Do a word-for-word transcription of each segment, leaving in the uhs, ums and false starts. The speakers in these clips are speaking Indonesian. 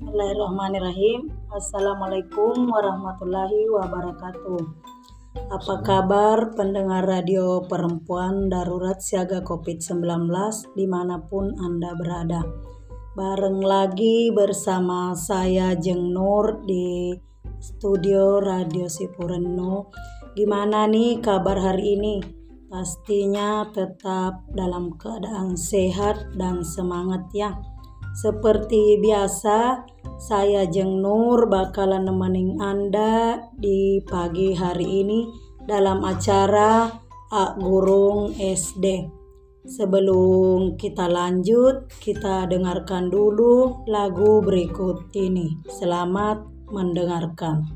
Bismillahirrahmanirrahim. Assalamualaikum warahmatullahi wabarakatuh. Apa kabar pendengar radio perempuan darurat siaga covid sembilan belas dimanapun Anda berada. Bareng lagi bersama saya Jeng Nur di studio Radio Sipurenu. Gimana nih kabar hari ini? Pastinya tetap dalam keadaan sehat dan semangat ya. Seperti biasa, saya Jeng Nur bakalan nemenin Anda di pagi hari ini dalam acara A Gurung S D. Sebelum kita lanjut, kita dengarkan dulu lagu berikut ini. Selamat mendengarkan.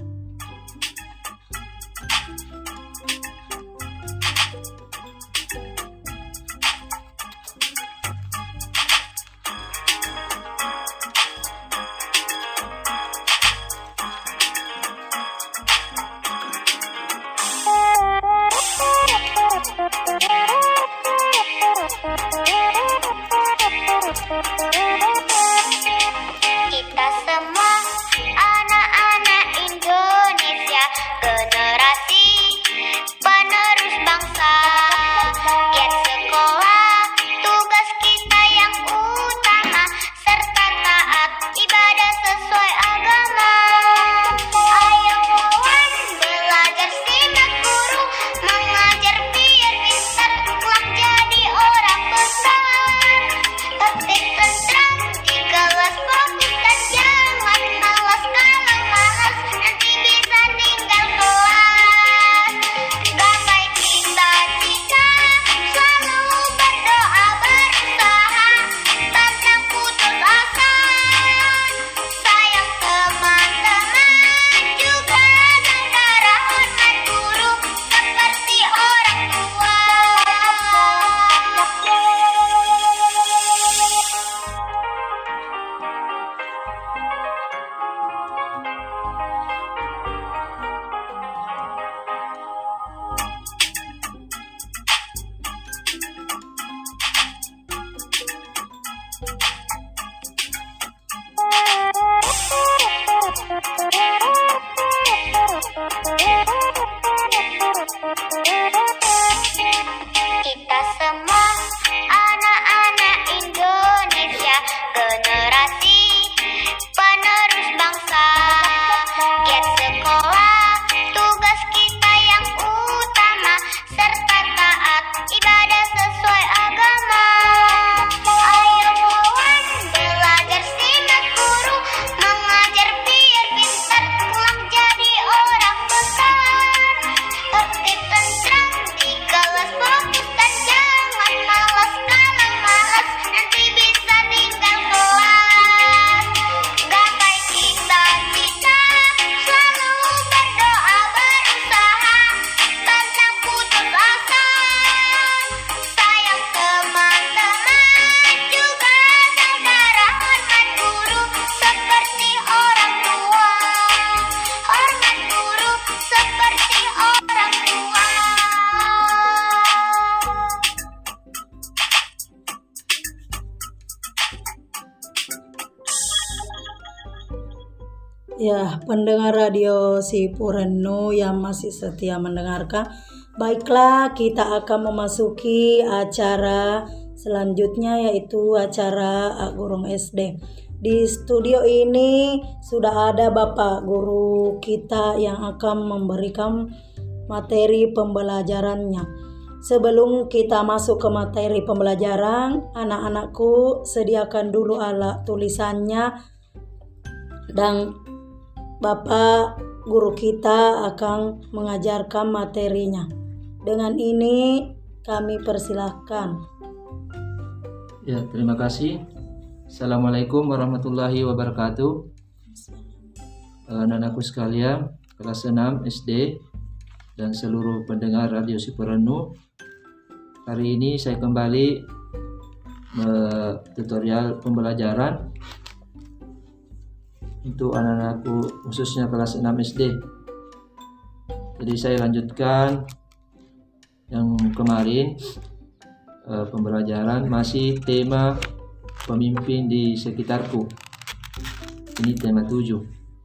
Kita semua anak-anak Indonesia, generasi penerus bangsa. Giat sekolah, tugas kita yang utama, serta taat ibadah sesuai agama. Ayo kawan, belajar simak guru, mengajar biar pintar, kelak jadi orang besar. Tertib tentram di kelas, fokus dan jangan malas. Kalau malas nanti bisa tinggal kelas. Gapai cita-cita, selalu berdoa berusaha, pantang putus asa. Sayang teman-teman, juga negara, hormat guru seperti orang tua. Kita semua anak-anak Indonesia, generasi penerus bangsa. Giat sekolah, tugas kita yang utama, serta taat ibadah sesuai agama. Ayo kawan, belajar simak guru, mengajar biar pintar, kelak jadi orang besar. Tertib tentram di kelas, fokus dan jangan malas. Kalau malas nanti bisa tinggal kelas. Gapai cita-cita, selalu berdoa berusaha, pantang putus asa. Sayang teman-teman, juga negara, hormat guru seperti orang tua. Hormat guru seperti orang tua. Ya, pendengar radio Sipurenu yang masih setia mendengarkan. Baiklah, kita akan memasuki acara selanjutnya yaitu acara A Gurung S D. Di studio ini sudah ada Bapak Guru kita yang akan memberikan materi pembelajarannya. Sebelum kita masuk ke materi pembelajaran, anak-anakku sediakan dulu alat tulisannya dan Bapak Guru kita akan mengajarkan materinya. Dengan ini kami persilahkan. Ya, terima kasih. Assalamualaikum warahmatullahi wabarakatuh. Anak-anakku sekalian, kelas enam S D dan seluruh pendengar Radio Sipurenu. Hari ini saya kembali uh, tutorial pembelajaran untuk anak-anakku khususnya kelas enam S D. Jadi saya lanjutkan yang kemarin, uh, pembelajaran masih tema pemimpin di sekitarku. Ini tema tujuh.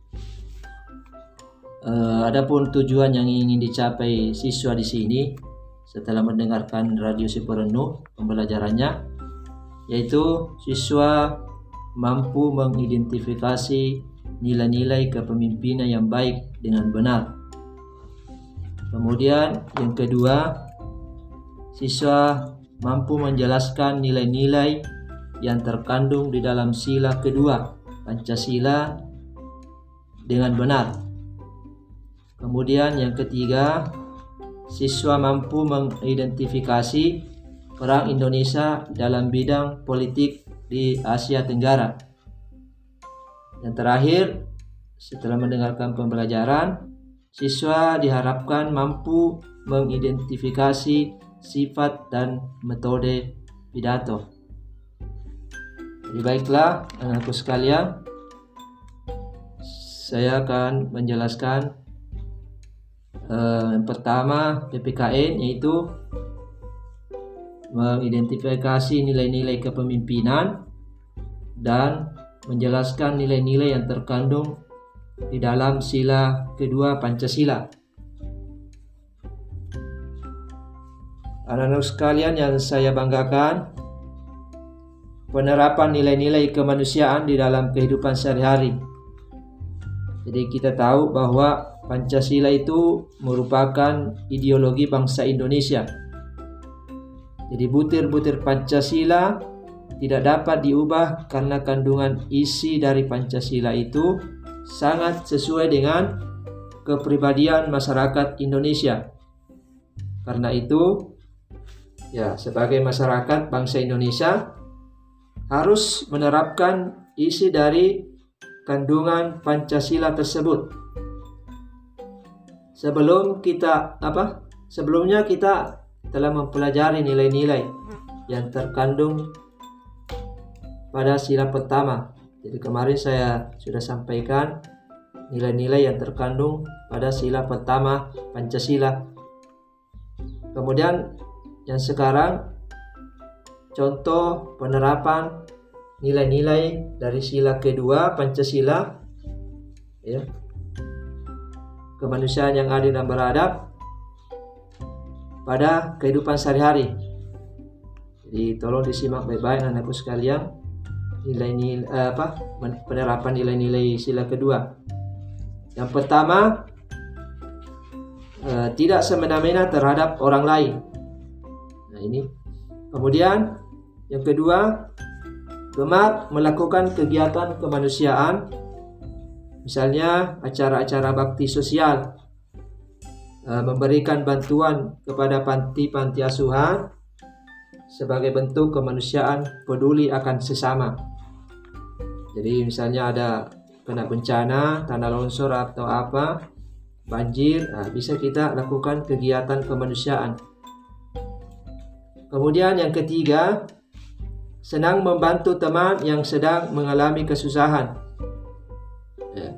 Uh, adapun tujuan yang ingin dicapai siswa di sini setelah mendengarkan radio Si Perenuh pembelajarannya, yaitu siswa mampu mengidentifikasi nilai-nilai kepemimpinan yang baik dengan benar. Kemudian yang kedua, siswa mampu menjelaskan nilai-nilai yang terkandung di dalam sila kedua Pancasila dengan benar. Kemudian yang ketiga, siswa mampu mengidentifikasi peran Indonesia dalam bidang politik di Asia Tenggara. Yang terakhir, setelah mendengarkan pembelajaran, siswa diharapkan mampu mengidentifikasi sifat dan metode pidato. Jadi baiklah anakku sekalian, saya akan menjelaskan uh, yang pertama P P K N, yaitu mengidentifikasi nilai-nilai kepemimpinan dan menjelaskan nilai-nilai yang terkandung di dalam sila kedua Pancasila. Anak-anak sekalian yang saya banggakan, penerapan nilai-nilai kemanusiaan di dalam kehidupan sehari-hari. Jadi kita tahu bahwa Pancasila itu merupakan ideologi bangsa Indonesia. Jadi butir-butir Pancasila tidak dapat diubah karena kandungan isi dari Pancasila itu sangat sesuai dengan kepribadian masyarakat Indonesia. Karena itu, ya, sebagai masyarakat bangsa Indonesia harus menerapkan isi dari kandungan Pancasila tersebut. Sebelum kita apa? Sebelumnya kita telah mempelajari nilai-nilai yang terkandung pada sila pertama. Jadi kemarin saya sudah sampaikan nilai-nilai yang terkandung pada sila pertama Pancasila. Kemudian yang sekarang contoh penerapan nilai-nilai dari sila kedua Pancasila, ya, kemanusiaan yang adil dan beradab pada kehidupan sehari-hari. Jadi tolong disimak baik-baik anakku sekalian, nilai-nilai eh, apa penerapan nilai-nilai sila kedua. Yang pertama, eh, tidak semena-mena terhadap orang lain. Nah ini. Kemudian yang kedua, gemar melakukan kegiatan kemanusiaan, misalnya acara-acara bakti sosial, eh, memberikan bantuan kepada panti-panti asuhan sebagai bentuk kemanusiaan peduli akan sesama. Jadi misalnya ada kena bencana, tanah longsor atau apa, banjir, nah, bisa kita lakukan kegiatan kemanusiaan. Kemudian yang ketiga, senang membantu teman yang sedang mengalami kesusahan. Ya.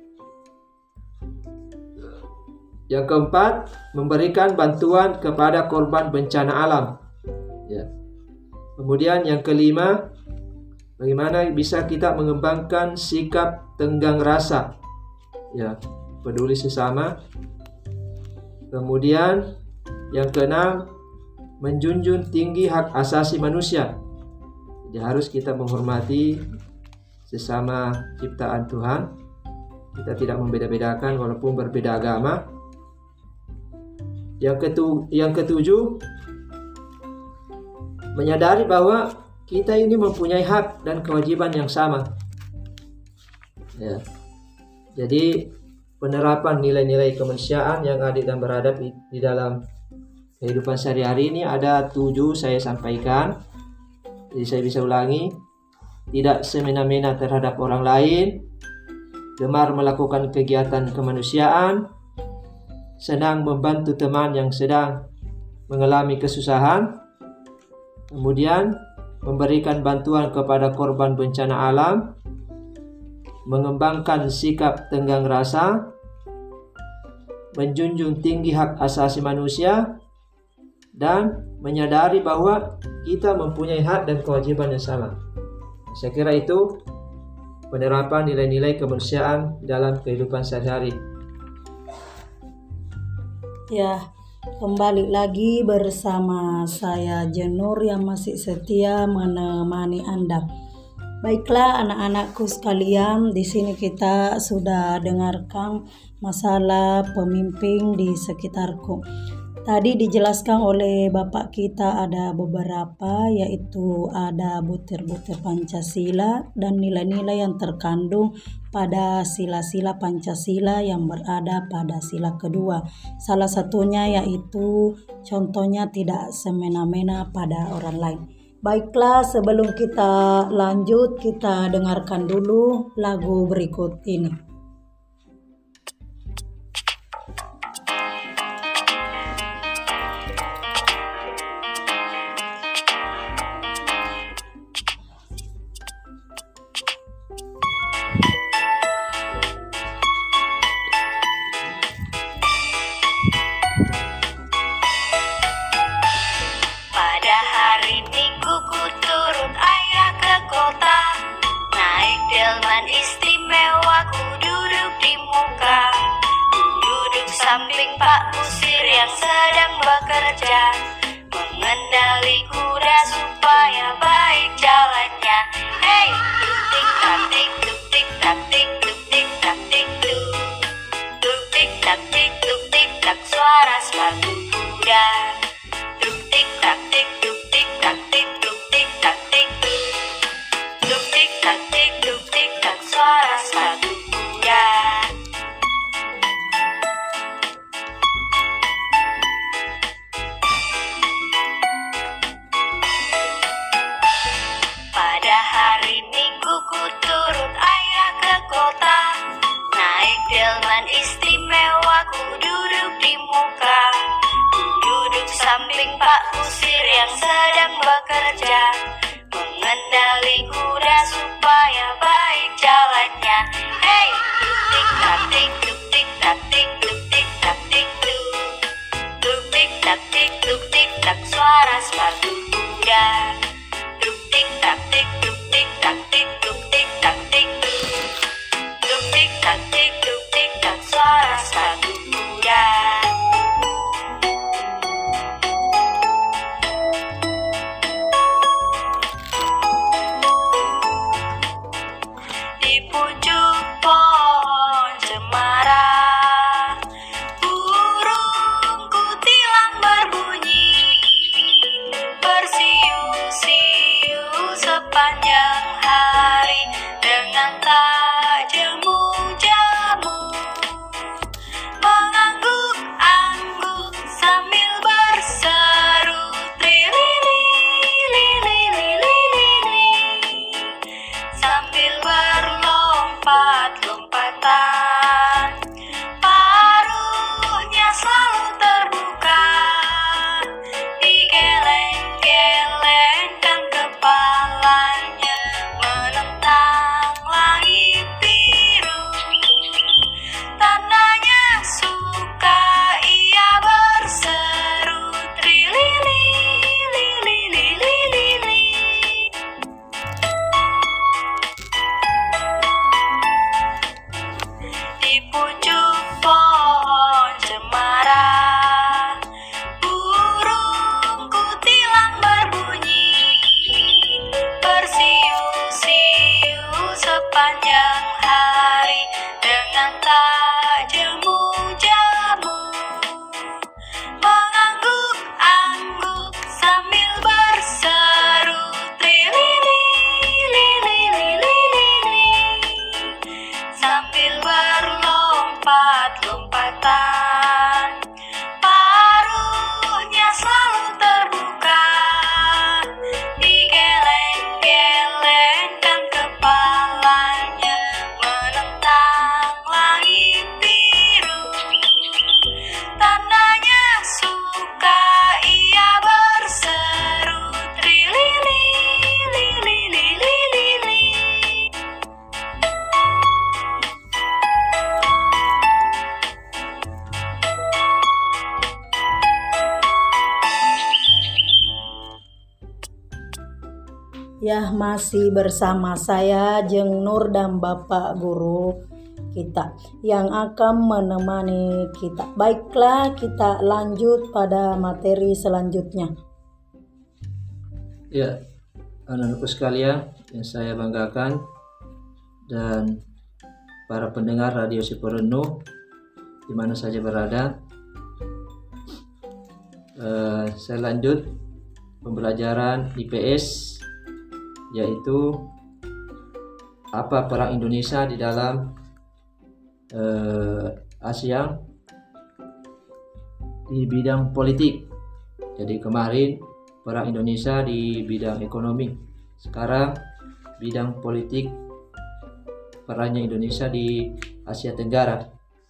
Yang keempat, memberikan bantuan kepada korban bencana alam. Ya. Kemudian yang kelima, bagaimana bisa kita mengembangkan sikap tenggang rasa, ya, peduli sesama. Kemudian yang keenam, menjunjung tinggi hak asasi manusia. Jadi harus kita menghormati sesama ciptaan Tuhan. Kita tidak membeda-bedakan walaupun berbeda agama. Yang ketu yang ketujuh, menyadari bahwa kita ini mempunyai hak dan kewajiban yang sama. Ya. Jadi penerapan nilai-nilai kemanusiaan yang adil dan beradab di, di dalam kehidupan sehari-hari ini ada tujuh saya sampaikan. Jadi saya bisa ulangi: tidak semena-mena terhadap orang lain, gemar melakukan kegiatan kemanusiaan, senang membantu teman yang sedang mengalami kesusahan, kemudian memberikan bantuan kepada korban bencana alam, mengembangkan sikap tenggang rasa, menjunjung tinggi hak asasi manusia, dan menyadari bahwa kita mempunyai hak dan kewajiban yang sama. Saya kira itu penerapan nilai-nilai kemanusiaan dalam kehidupan sehari-hari. Ya, kembali lagi bersama saya Jenur yang masih setia menemani Anda. Baiklah anak-anakku sekalian, di sini kita sudah dengarkan masalah pemimpin di sekitarku. Tadi dijelaskan oleh Bapak kita ada beberapa, yaitu ada butir-butir Pancasila dan nilai-nilai yang terkandung pada sila-sila Pancasila yang berada pada sila kedua. Salah satunya yaitu contohnya tidak semena-mena pada orang lain. Baiklah, sebelum kita lanjut, kita dengarkan dulu lagu berikut ini. Pada hari Minggu ku turun ayah ke kota, naik delman istimewa ku duduk di muka. Ku duduk samping Pak Kusir yang sedang bekerja, mengendali kuda supaya baik jalannya. Hey, tuk tik tak tik tuk tik tak tik tuk tik tak tik tuk, tuk tik tak tik tuk tik tak suara sepatu kuda. Tuk tik tak tik tuk tik tak tik tuk tik tak tik tuk, tuk tik tak tik tuk tik tak suara sepatu kuda. Pada hari Minggu ku turun ayah ke kota, naik delman istimewa ku duduk di muka. Ku duduk samping Pak Kusir yang sedang bekerja, mengendali kuda supaya baik jalannya. Hey, tuk tik tak tik tuk tik tak tik tuk tik tak tik tuk, tuk tik tak tik tuk tik tak suara sepatu kuda. Tuk tik tak tik tuk tik tak tik tuk tik tak tik tuk, tuk tik tak tik tuk tik tak suara sepatu kuda. Di pucuk pohon cemara, burung kutilang berbunyi, bersiu-siu sepanjang hari dengan tak jemu-jemu, mengangguk-angguk sambil berseru trilili-lili-lili, sambil berlompat-lompatan, paruhnya selalu terbuka, digeleng-gelengkan kepalanya. Ya, masih bersama saya Jeng Nur dan Bapak Guru kita yang akan menemani kita. Baiklah, kita lanjut pada materi selanjutnya. Ya, anak-anakku sekalian yang saya banggakan dan para pendengar Radio Si Perenuh di mana saja berada, uh, saya lanjut pembelajaran I P S, yaitu apa peran Indonesia di dalam uh, ASEAN di bidang politik. Jadi kemarin peran Indonesia di bidang ekonomi, sekarang bidang politik, perannya Indonesia di Asia Tenggara.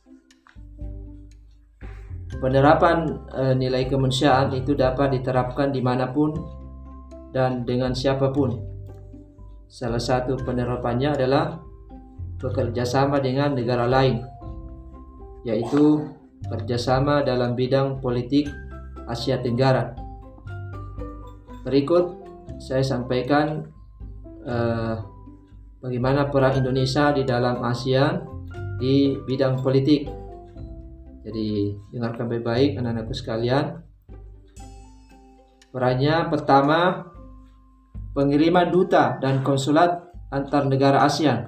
Penerapan e, nilai kemanusiaan itu dapat diterapkan dimanapun dan dengan siapapun. Salah satu penerapannya adalah bekerja sama dengan negara lain, yaitu kerjasama dalam bidang politik Asia Tenggara. Berikut saya sampaikan eh, bagaimana peran Indonesia di dalam ASEAN di bidang politik. Jadi dengarkan baik-baik anak-anakku sekalian. Perannya pertama, pengiriman duta dan konsulat antar negara ASEAN.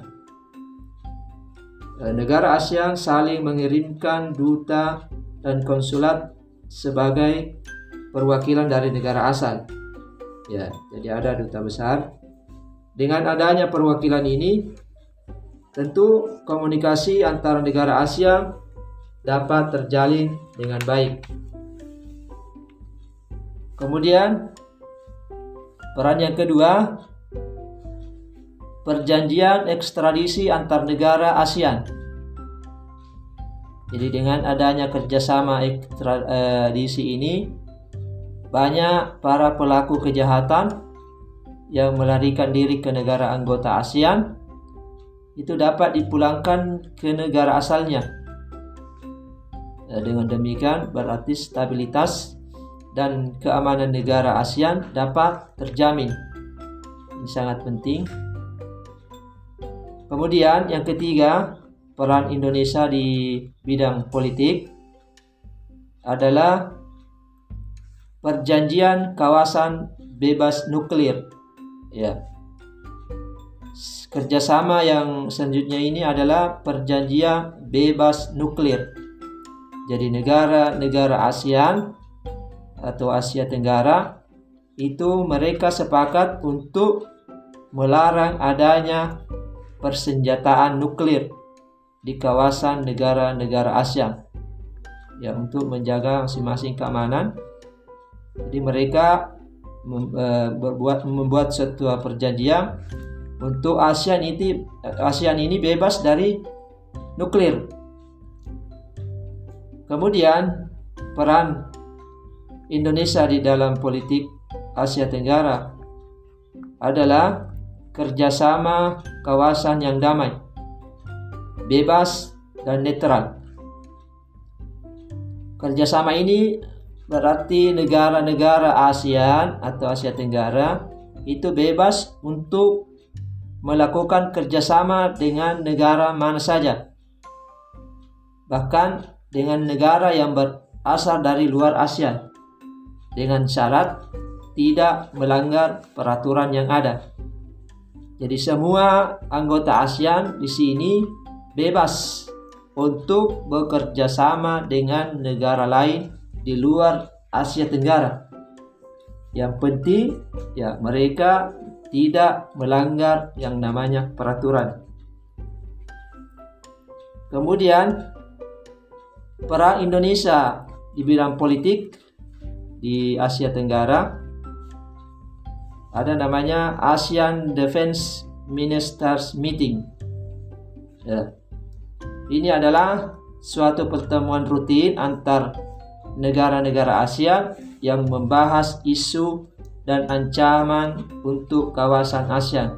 Negara ASEAN saling mengirimkan duta dan konsulat sebagai perwakilan dari negara asal. Ya, jadi ada duta besar. Dengan adanya perwakilan ini, tentu komunikasi antara negara ASEAN dapat terjalin dengan baik. Kemudian, peran yang kedua, perjanjian ekstradisi antar negara ASEAN. Jadi dengan adanya kerjasama ekstradisi ini, banyak para pelaku kejahatan yang melarikan diri ke negara anggota ASEAN itu dapat dipulangkan ke negara asalnya. Dengan demikian berarti stabilitas dan keamanan negara ASEAN dapat terjamin. Ini sangat penting. Kemudian yang ketiga, peran Indonesia di bidang politik adalah perjanjian kawasan bebas nuklir. Ya. Kerjasama yang selanjutnya ini adalah perjanjian bebas nuklir. Jadi negara-negara ASEAN atau Asia Tenggara itu mereka sepakat untuk melarang adanya persenjataan nuklir di kawasan negara-negara ASEAN. Ya, untuk menjaga masing-masing keamanan. Jadi mereka berbuat membuat suatu perjanjian untuk ASEAN ini ASEAN ini bebas dari nuklir. Kemudian peran Indonesia di dalam politik Asia Tenggara adalah kerjasama kawasan yang damai, bebas dan netral. Kerjasama ini berarti negara-negara ASEAN atau Asia Tenggara itu bebas untuk melakukan kerjasama dengan negara mana saja, bahkan dengan negara yang berasal dari luar ASEAN, dengan syarat tidak melanggar peraturan yang ada. Jadi semua anggota ASEAN di sini bebas untuk bekerja sama dengan negara lain di luar Asia Tenggara. Yang penting ya mereka tidak melanggar yang namanya peraturan. Kemudian peran Indonesia di bidang politik di Asia Tenggara ada namanya ASEAN Defense Ministers Meeting. Ya. Ini adalah suatu pertemuan rutin antar negara-negara ASEAN yang membahas isu dan ancaman untuk kawasan ASEAN.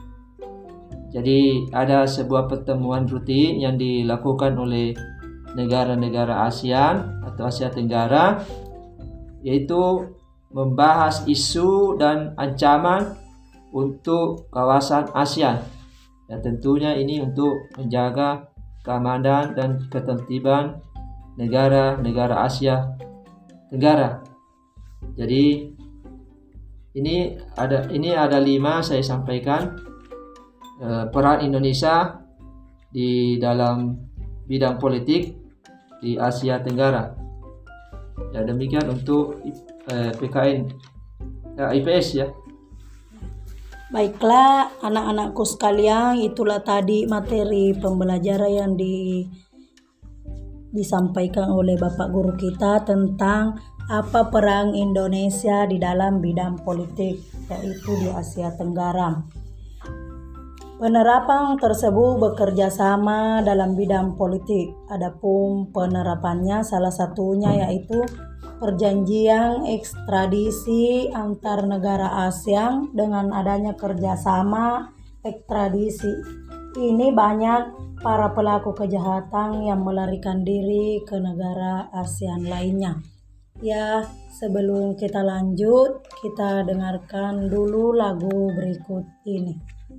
Jadi ada sebuah pertemuan rutin yang dilakukan oleh negara-negara ASEAN atau Asia Tenggara, yaitu membahas isu dan ancaman untuk kawasan ASEAN. Ya, tentunya ini untuk menjaga keamanan dan ketertiban negara-negara Asia Tenggara. Jadi ini ada ini ada lima saya sampaikan eh, peran Indonesia di dalam bidang politik di Asia Tenggara. Ya, demikian untuk eh, P K N ya, I P S ya. Baiklah anak-anakku sekalian, itulah tadi materi pembelajaran yang di, disampaikan oleh Bapak Guru kita tentang apa peran Indonesia di dalam bidang politik, yaitu di Asia Tenggara. Penerapan tersebut bekerja sama dalam bidang politik. Adapun penerapannya salah satunya yaitu perjanjian ekstradisi antar negara ASEAN. Dengan adanya kerjasama ekstradisi ini, banyak para pelaku kejahatan yang melarikan diri ke negara ASEAN lainnya. Ya, sebelum kita lanjut, kita dengarkan dulu lagu berikut ini.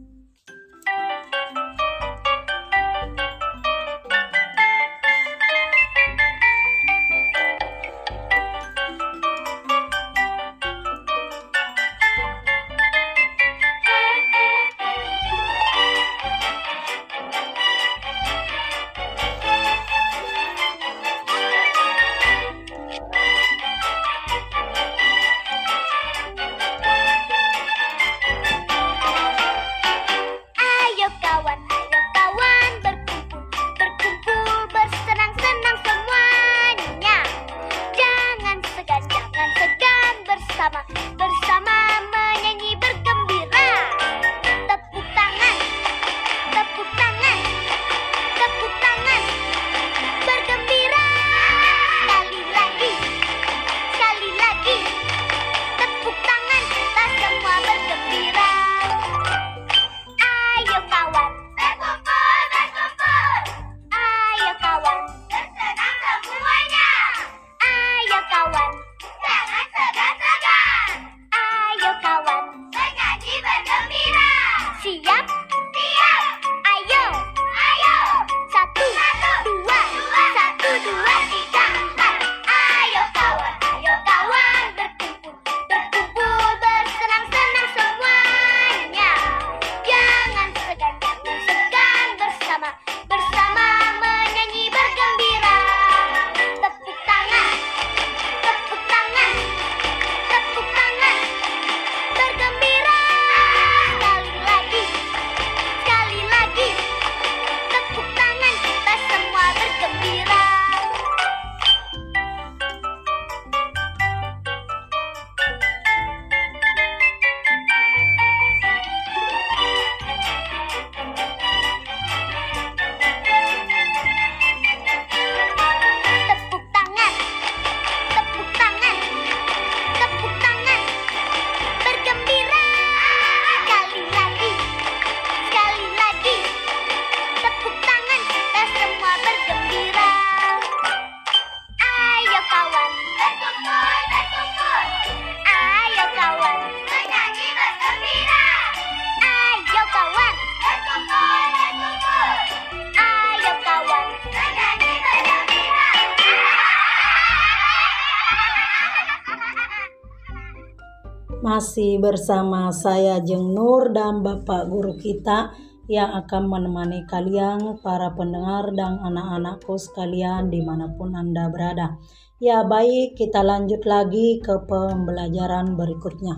Masih bersama saya Jeng Nur dan Bapak Guru kita yang akan menemani kalian para pendengar dan anak-anakku sekalian dimanapun Anda berada. Ya baik, kita lanjut lagi ke pembelajaran berikutnya.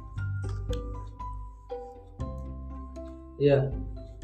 Ya,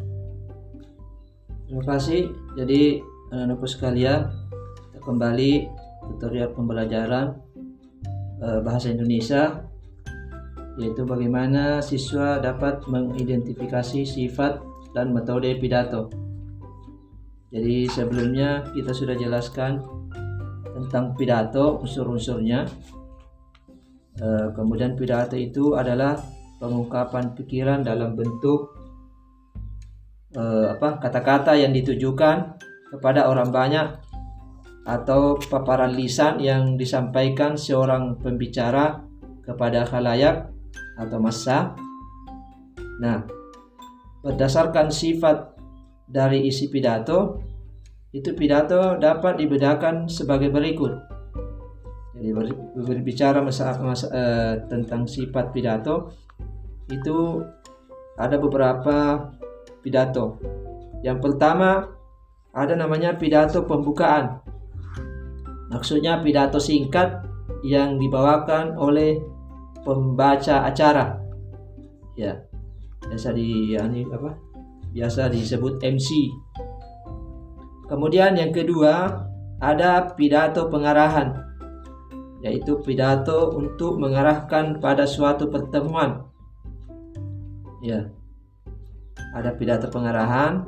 terima kasih. Jadi anak-anakku sekalian, kita kembali tutorial pembelajaran eh, bahasa Indonesia, yaitu bagaimana siswa dapat mengidentifikasi sifat dan metode pidato. Jadi sebelumnya kita sudah jelaskan tentang pidato, unsur-unsurnya. E, kemudian pidato itu adalah pengungkapan pikiran dalam bentuk e, apa kata-kata yang ditujukan kepada orang banyak atau paparan lisan yang disampaikan seorang pembicara kepada khalayak atau massa. Nah, berdasarkan sifat dari isi pidato, itu pidato dapat dibedakan sebagai berikut. Jadi berbicara masa, masa, eh, tentang sifat pidato, itu ada beberapa pidato. Yang pertama ada namanya pidato pembukaan. Maksudnya pidato singkat yang dibawakan oleh pembaca acara. Ya, biasa di ini apa? Biasa disebut M C. Kemudian yang kedua ada pidato pengarahan, yaitu pidato untuk mengarahkan pada suatu pertemuan. Ya, ada pidato pengarahan.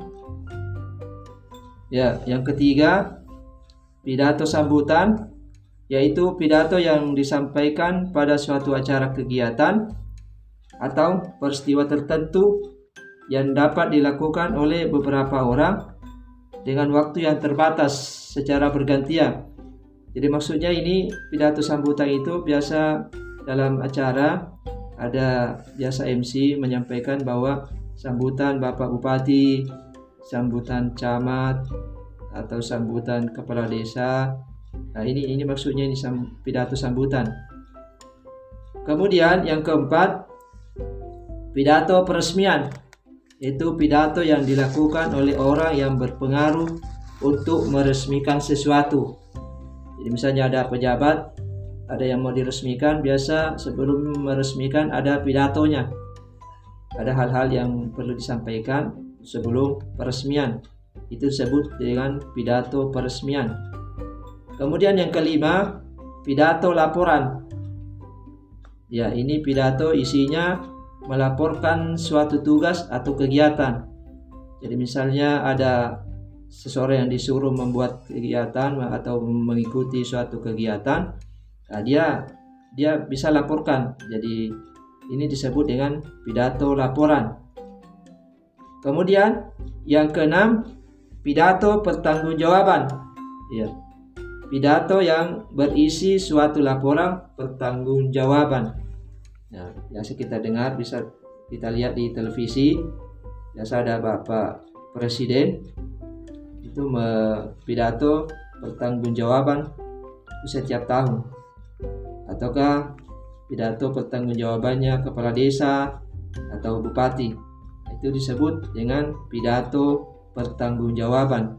Ya, yang ketiga pidato sambutan, yaitu pidato yang disampaikan pada suatu acara kegiatan atau peristiwa tertentu yang dapat dilakukan oleh beberapa orang dengan waktu yang terbatas secara bergantian. Jadi maksudnya ini pidato sambutan itu biasa dalam acara ada biasa M C menyampaikan bahwa sambutan Bapak Bupati, sambutan camat, atau sambutan kepala desa. Nah, ini ini maksudnya ini sam, pidato sambutan. Kemudian yang keempat, pidato peresmian, yaitu pidato yang dilakukan oleh orang yang berpengaruh untuk meresmikan sesuatu. Jadi misalnya ada pejabat, ada yang mau diresmikan, biasa sebelum meresmikan ada pidatonya. Ada hal-hal yang perlu disampaikan sebelum peresmian. Itu disebut dengan pidato peresmian. Kemudian yang kelima, pidato laporan. Ya, ini pidato isinya melaporkan suatu tugas atau kegiatan. Jadi misalnya ada seseorang yang disuruh membuat kegiatan atau mengikuti suatu kegiatan, nah dia dia bisa laporkan. Jadi ini disebut dengan pidato laporan. Kemudian yang keenam, pidato pertanggungjawaban. Ya, pidato yang berisi suatu laporan pertanggungjawaban. Nah, biasa kita dengar, bisa kita lihat di televisi. Biasa ada Bapak Presiden itu pidato pertanggungjawaban setiap tahun, ataukah pidato pertanggungjawabannya kepala desa atau bupati. Itu disebut dengan pidato pertanggungjawaban.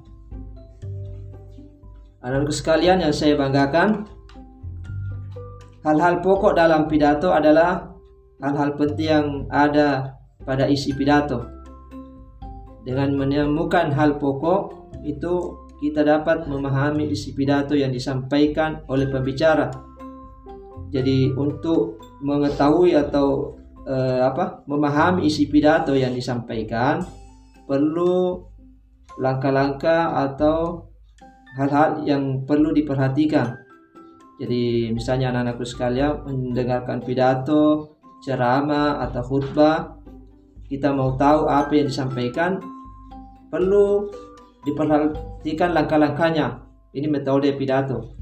Anak-anak sekalian yang saya banggakan, hal-hal pokok dalam pidato adalah hal-hal penting yang ada pada isi pidato. Dengan menemukan hal pokok itu, kita dapat memahami isi pidato yang disampaikan oleh pembicara. Jadi untuk mengetahui atau eh, apa memahami isi pidato yang disampaikan, perlu langkah-langkah atau hal-hal yang perlu diperhatikan. Jadi misalnya anak-anakku sekalian mendengarkan pidato, ceramah atau khutbah, kita mau tahu apa yang disampaikan, perlu diperhatikan langkah-langkahnya. Ini metode pidato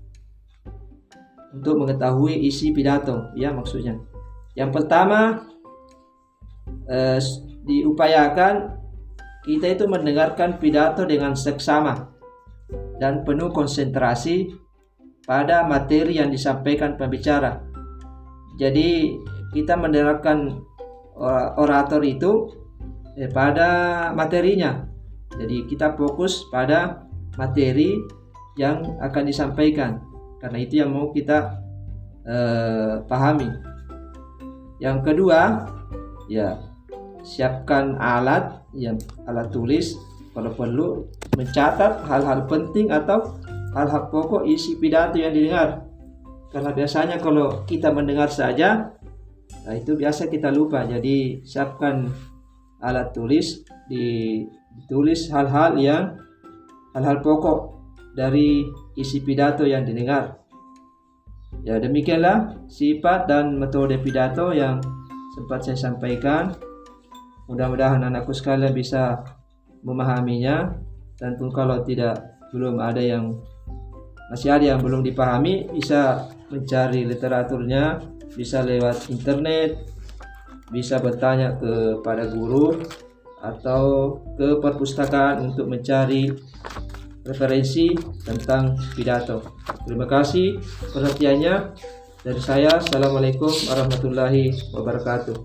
untuk mengetahui isi pidato, ya maksudnya. Yang pertama, eh, diupayakan kita itu mendengarkan pidato dengan seksama dan penuh konsentrasi pada materi yang disampaikan pembicara. Jadi kita mendengarkan orator itu eh, pada materinya. Jadi kita fokus pada materi yang akan disampaikan, karena itu yang mau kita eh, pahami. Yang kedua, ya siapkan alat, yang alat tulis, kalau perlu mencatat hal-hal penting atau hal-hal pokok isi pidato yang didengar. Karena biasanya kalau kita mendengar saja, nah itu biasa kita lupa. Jadi siapkan alat tulis, ditulis hal-hal yang hal-hal pokok dari isi pidato yang didengar. Ya, demikianlah sifat dan metode pidato yang sempat saya sampaikan. Mudah-mudahan anakku sekalian bisa memahaminya, dan pun kalau tidak belum ada yang masih ada yang belum dipahami, bisa mencari literaturnya, bisa lewat internet, bisa bertanya kepada guru atau ke perpustakaan untuk mencari referensi tentang pidato. Terima kasih perhatiannya dari saya. Assalamualaikum warahmatullahi wabarakatuh.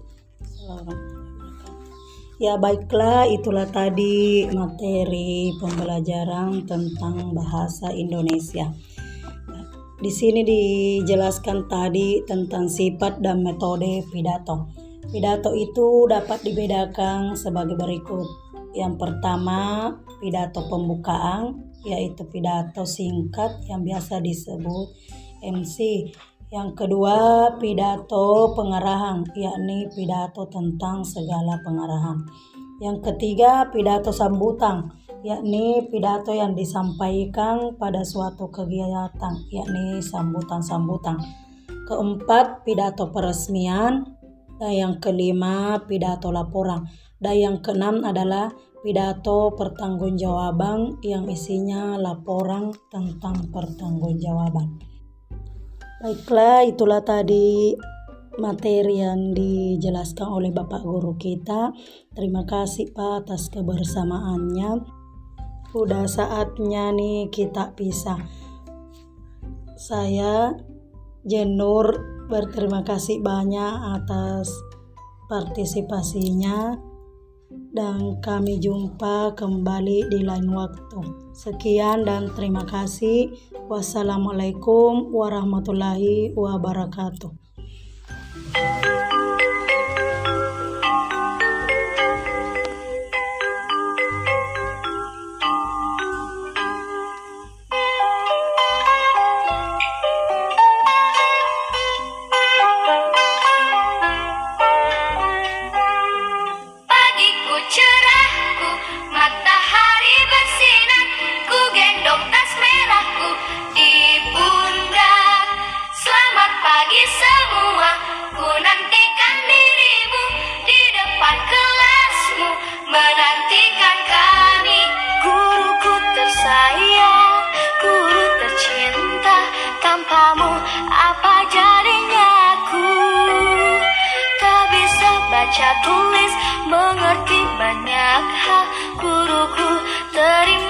Ya baiklah, itulah tadi materi pembelajaran tentang bahasa Indonesia. Di sini dijelaskan tadi tentang sifat dan metode pidato. Pidato itu dapat dibedakan sebagai berikut. Yang pertama, pidato pembukaan, yaitu pidato singkat yang biasa disebut M C. Yang kedua, pidato pengarahan, yakni pidato tentang segala pengarahan. Yang ketiga, pidato sambutan, yakni pidato yang disampaikan pada suatu kegiatan, yakni sambutan-sambutan. Keempat, pidato peresmian. Dan yang kelima, pidato laporan. Dan yang keenam adalah pidato pertanggungjawaban yang isinya laporan tentang pertanggungjawaban. Baiklah, itulah tadi materi yang dijelaskan oleh Bapak Guru kita. Terima kasih Pak atas kebersamaannya. Udah saatnya nih kita pisah. Saya Jenur berterima kasih banyak atas partisipasinya. Dan kami jumpa kembali di lain waktu. Sekian dan terima kasih. Wassalamualaikum warahmatullahi wabarakatuh. Menantikan kami, guruku tersayang, guru tercinta. Tanpamu apa jadinya aku? Tak bisa baca tulis, mengerti banyak hal. Guruku terima